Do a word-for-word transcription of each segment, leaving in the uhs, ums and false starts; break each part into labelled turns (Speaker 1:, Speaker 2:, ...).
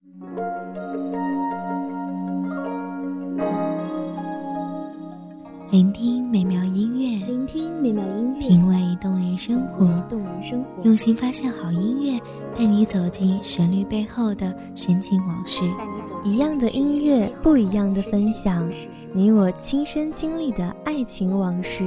Speaker 1: 聆听美妙音乐，
Speaker 2: 聆听美妙音乐，
Speaker 1: 品味动人生活，
Speaker 2: 动人生活，
Speaker 1: 用心发现好音乐，带你走进旋律背后的深情往事。
Speaker 2: 一样的音乐，不一样的分享，你我亲身经历的爱情往事。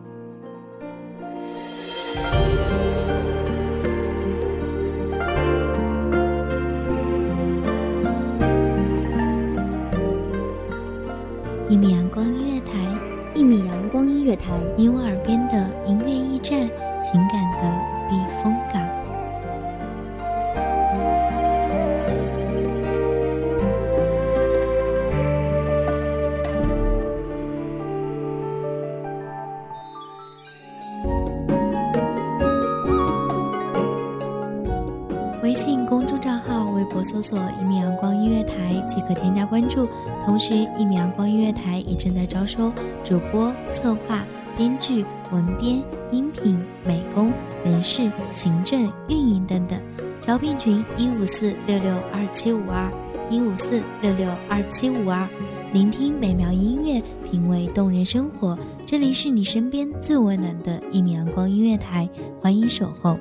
Speaker 1: 一米阳光音乐台，
Speaker 2: 一米阳光音乐台，
Speaker 1: 你我耳边的音乐驿站，情感的避风港。微信公众账号、微博搜索一米阳光音乐台即可添加关注。同时，一米阳光音乐台也正在招收主播、策划、编剧、文编、音频、美工、人事、行政、运营等等。招聘群一五四六六二七五二一五四六六二七五二。聆听美妙音乐，品味动人生活。这里是你身边最温暖的一米阳光音乐台，欢迎守候。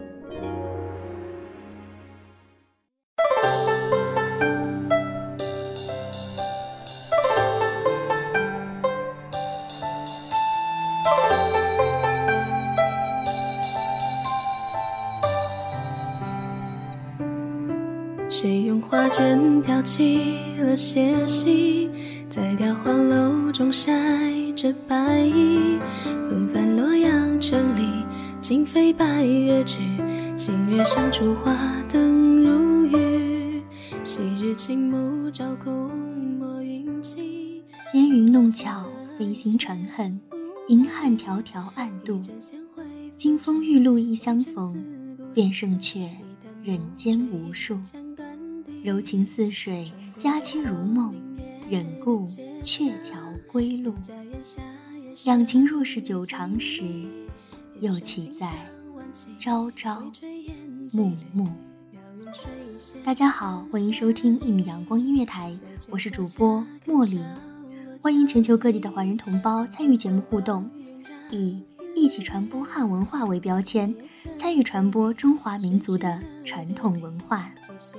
Speaker 3: 谁用花针挑起了斜隙，在雕花楼中晒着白衣，纷繁洛阳城里，今非白月去，新月上烛花灯如雨，昔日青木照空抹云气。
Speaker 1: 纤云弄巧，飞星传恨，银汉迢迢暗度，金风玉露一相逢，便胜却人间无数。柔情似水，佳期如梦，忍顾鹊桥归路。两情若是久长时，又岂在朝朝暮暮。大家好，欢迎收听一米阳光音乐台，我是主播茉莉。欢迎全球各地的华人同胞参与节目互动，以一起传播汉文化为标签，参与传播中华民族的传统文化。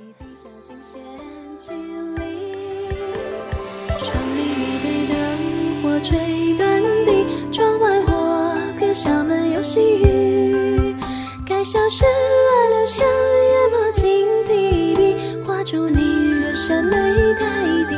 Speaker 3: 窗里一对灯火垂断地，窗外我歌小门有细雨，该笑是挽留香叶墨镜提笔，画出你月山美太低。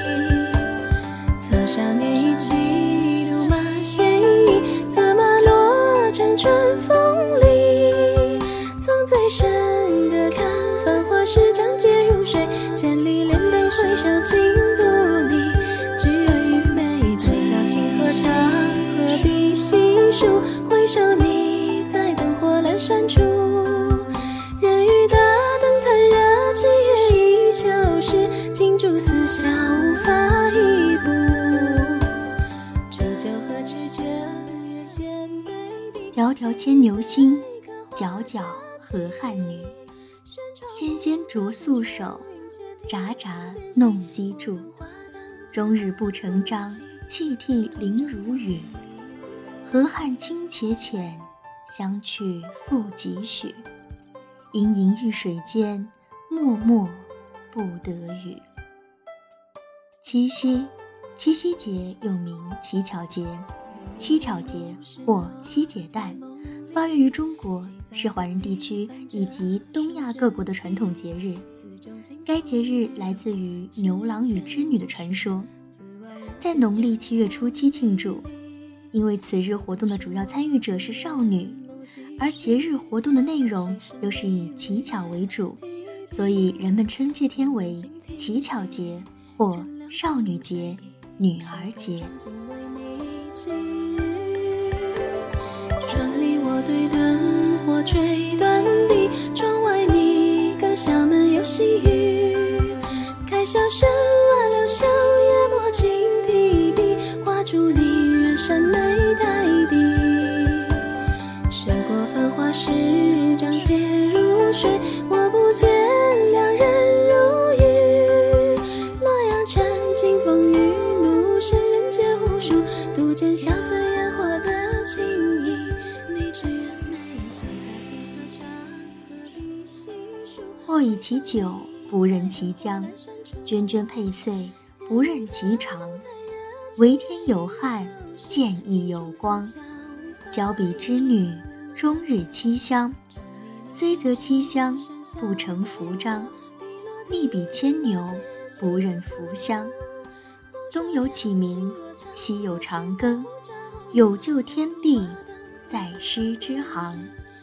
Speaker 3: 侧上年一骑怒马鲜衣，策马落成春风里，从最深的看繁华市场皆入水，千里连灯回首尽度你，举儿与美醉，交心何长何必细数，回首你在灯火阑珊处，人与大灯叹热气月依旧是，金烛此笑无法一步，煮酒何知这月闲北地。
Speaker 1: 迢迢牵牛星，皎皎河汉女，纤纤擢素手，札札弄机杼。终日不成章，泣涕零如雨。河汉清且浅，相去复几许。盈盈一水间，脉脉不得语。七夕，七夕节又名乞巧节，乞巧节或七姐诞，发源于中国，是华人地区以及东亚各国的传统节日。该节日来自于牛郎与织女的传说，在农历七月初七庆祝。因为此日活动的主要参与者是少女，而节日活动的内容又是以乞巧为主，所以人们称这天为乞巧节或少女节、女儿节。
Speaker 3: 窗里我对灯火垂断地，窗外你歌小门有细雨，开笑声挽留香叶墨镜提笔，画出你远山美太低。涉过繁华市场皆入水，我不见两人如玉，
Speaker 1: 其久，不认其将，涓涓佩碎，不认其长。为天有汉，见义有光。交比之女，终日七香。虽则七香，不成服章。逆比牵牛，不认服香。东有启明，西有长庚。有救天地，在师之行。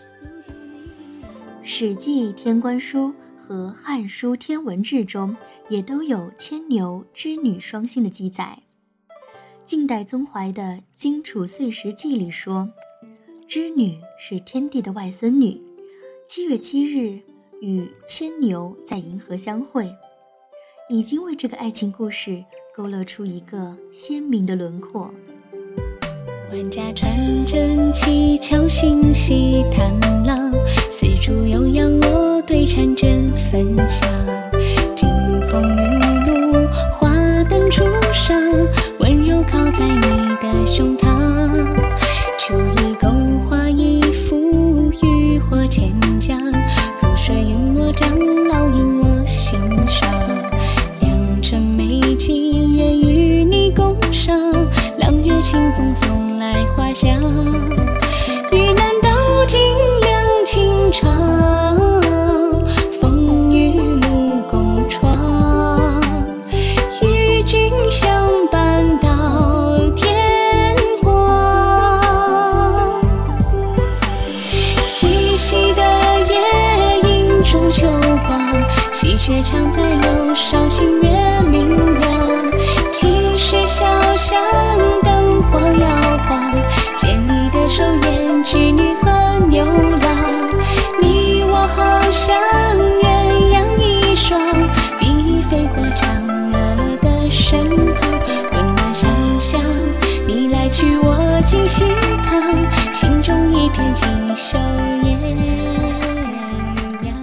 Speaker 1: 史记天官书和汉书天文志中也都有牵牛织女双星的记载。晋代宗怀的《荆楚岁时记》里说，织女是天帝的外孙女，七月七日与牵牛在银河相会，已经为这个爱情故事勾勒出一个鲜明的轮廓。
Speaker 3: 万家传真七巧心系探郎，丝竹悠扬我对婵娟分享。金风玉露花灯初上，温柔靠在你的胸膛。秋意勾画一幅渔火千江，如水云墨长烙印我心上。良辰美景愿与你共赏，朗月清风送来花香。遇难道尽量情长，风雨路共闯。与君相伴到天荒。七夕的夜映中秋光，喜鹊常在柳梢，星月明亮。清水小巷灯火摇晃，牵你的手胭织女和牛郎。你我好像鸳鸯一双，比飞过嫦娥的身旁。温暖想象你来娶我进喜堂，心中一片锦绣艳阳。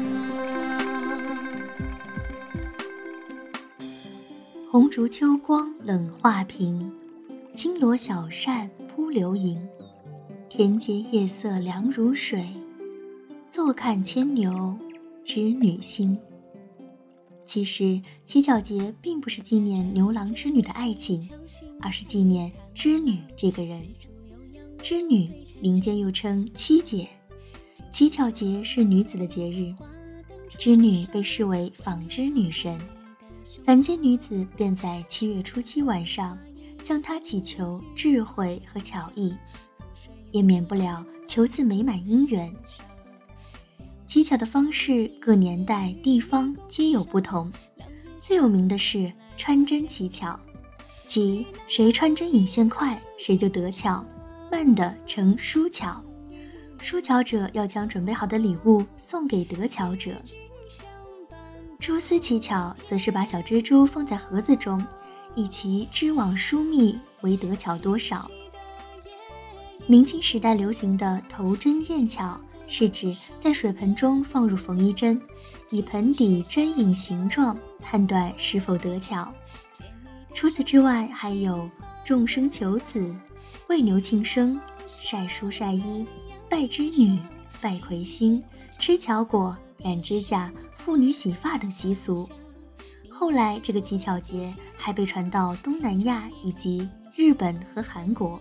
Speaker 1: 红烛秋光冷画屏，轻罗小扇扑流萤。天阶夜色凉如水，坐看牵牛织女星。其实乞巧节并不是纪念牛郎织女的爱情，而是纪念织女这个人。织女民间又称七姐，乞巧节是女子的节日，织女被视为纺织女神。凡间女子便在七月初七晚上向她祈求智慧和巧艺，也免不了求赐美满姻缘。乞巧的方式各年代地方皆有不同，最有名的是穿针乞巧，即谁穿针引线快谁就得巧，慢的称输巧。输巧者要将准备好的礼物送给得巧者。蛛丝乞巧则是把小蜘蛛放在盒子中，以其织网疏密为得巧多少。明清时代流行的头针验巧，是指在水盆中放入缝衣针，以盆底针影形状判断是否得巧。除此之外，还有众生求子、为牛庆生、晒书晒衣、拜织女、拜魁星、吃巧果、染指甲、妇女洗发等习俗。后来这个乞巧节还被传到东南亚以及日本和韩国。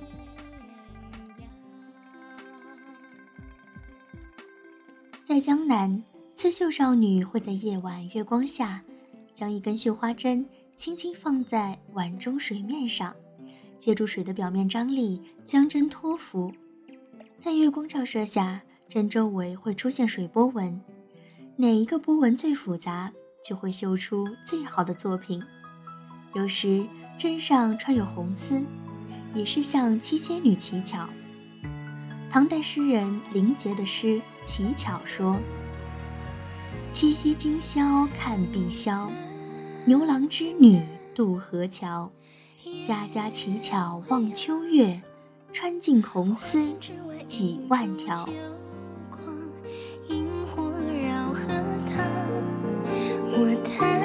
Speaker 1: 在江南，刺绣少女会在夜晚月光下，将一根绣花针轻轻放在碗中水面上，借助水的表面张力将针托浮。在月光照射下，针周围会出现水波纹，哪一个波纹最复杂，就会绣出最好的作品。有时针上穿有红丝，也是向七仙女乞巧。唐代诗人林杰的诗《乞巧》说：七夕今宵看碧霄，牛郎织女渡河桥。家家乞巧望秋月，穿尽红丝几万条。
Speaker 3: 萤火绕荷塘，我弹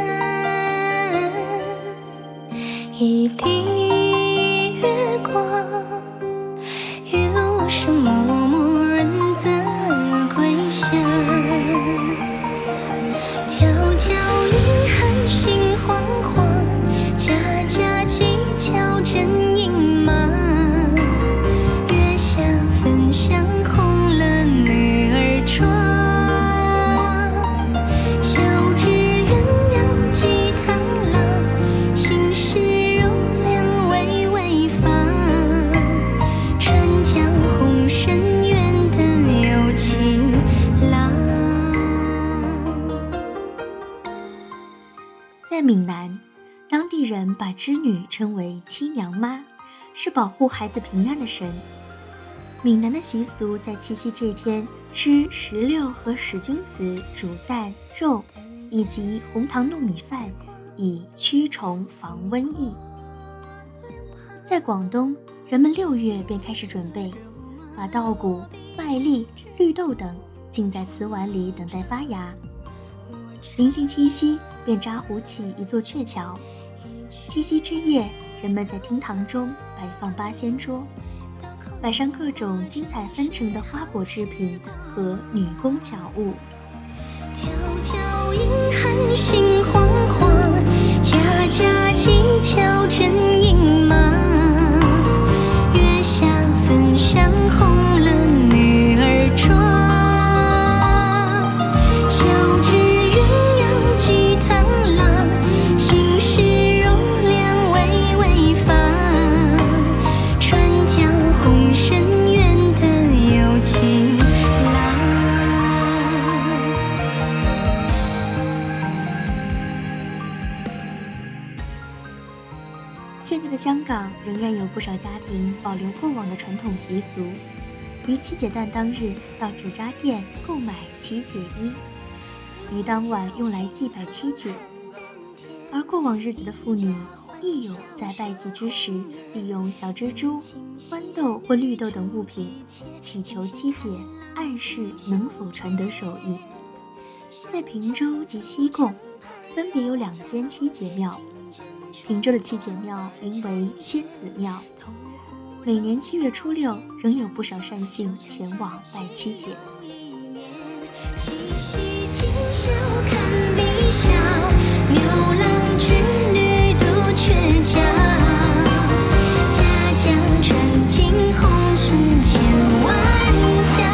Speaker 3: 一滴月光，玉露是默默润泽归乡。迢
Speaker 1: 在闽南，当地人把织女称为七娘妈，是保护孩子平安的神。闽南的习俗在七夕这天吃石榴和使君子煮蛋、肉以及红糖糯米饭，以驱虫防瘟疫。在广东，人们六月便开始准备，把稻谷、麦粒、绿豆等浸在瓷碗里等待发芽。临近七夕，便扎糊起一座鹊桥。七夕之夜，人们在厅堂中摆放八仙桌，摆上各种精彩纷呈的花果制品和女工巧物。
Speaker 3: 迢迢银汉心惶惶，家家乞巧真隐马。月下焚香红了女儿妆，小只鸳鸯祭螳螂，心事容量微微发。船江红深远的有情郎。
Speaker 1: 现在的香港仍然有不少家庭保留过往的传统习俗，于七姐诞当日到纸扎店购买七姐衣，于当晚用来祭拜七姐。而过往日子的妇女亦有在拜祭之时利用小蜘蛛、豌豆或绿豆等物品祈求七姐暗示能否传得手艺。在平洲及西贡分别有两间七姐庙，平洲的七姐庙名为仙子庙，每年七月初六仍有不少善信前往拜七姐。
Speaker 3: 七夕今宵看碧霄，牛郎织女渡鹊桥，家家穿金红丝千万条。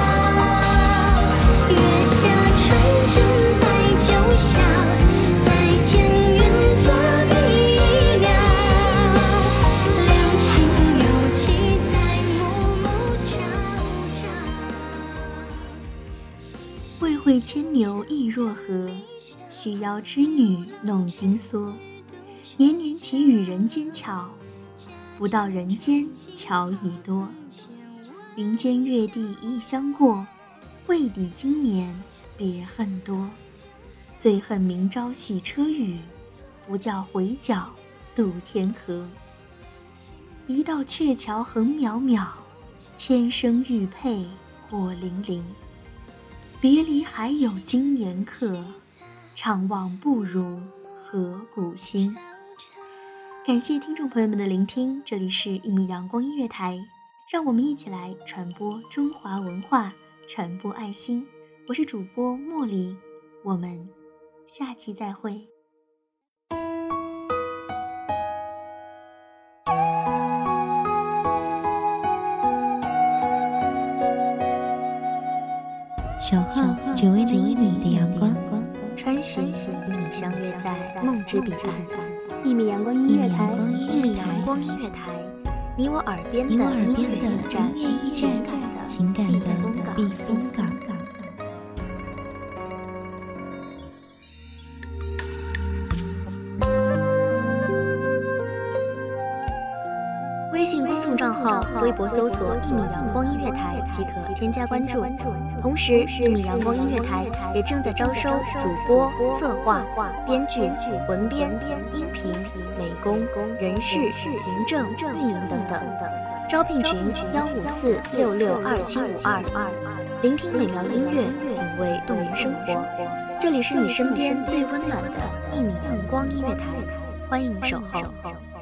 Speaker 3: 月下纯真白酒笑，在天云作比料，两情有期在暮暮朝朝。
Speaker 1: 未会牵牛意若何，须邀织女弄金梭。年年祈与人间巧，不到人间巧已多。云间月地一相过，未抵今年别恨多。最恨明朝洗车雨，不教回脚渡天河。一道鹊桥横渺渺，千声玉佩过零零。别离还有今年客，怅望不如河谷心。感谢听众朋友们的聆听，这里是一米阳光音乐台，让我们一起来传播中华文化，传播爱心。我是主播茉莉，我们下期再会。
Speaker 2: 守候只为那一米的阳光，
Speaker 1: 穿行与你相约在梦之彼岸。
Speaker 4: 一米阳光音乐台，
Speaker 1: 一米阳光音乐台，你我耳边的
Speaker 2: 你我耳边的
Speaker 1: 音乐驿站，
Speaker 2: 音乐驿
Speaker 1: 情
Speaker 2: 站，
Speaker 1: 感的
Speaker 2: 情感的避
Speaker 1: 避
Speaker 2: 风港。
Speaker 1: 微信公众账号、微博搜索“一米阳光音乐台”即可添加关注。同时，一米阳光音乐台也正在招收主播、策划、编剧、文编、音频、美工、人事、行政、运营等等。招聘群：幺五四六六二七五二。聆听美妙音乐，品味动人生活。这里是你身边最温暖的一米阳光音乐台，欢迎守候。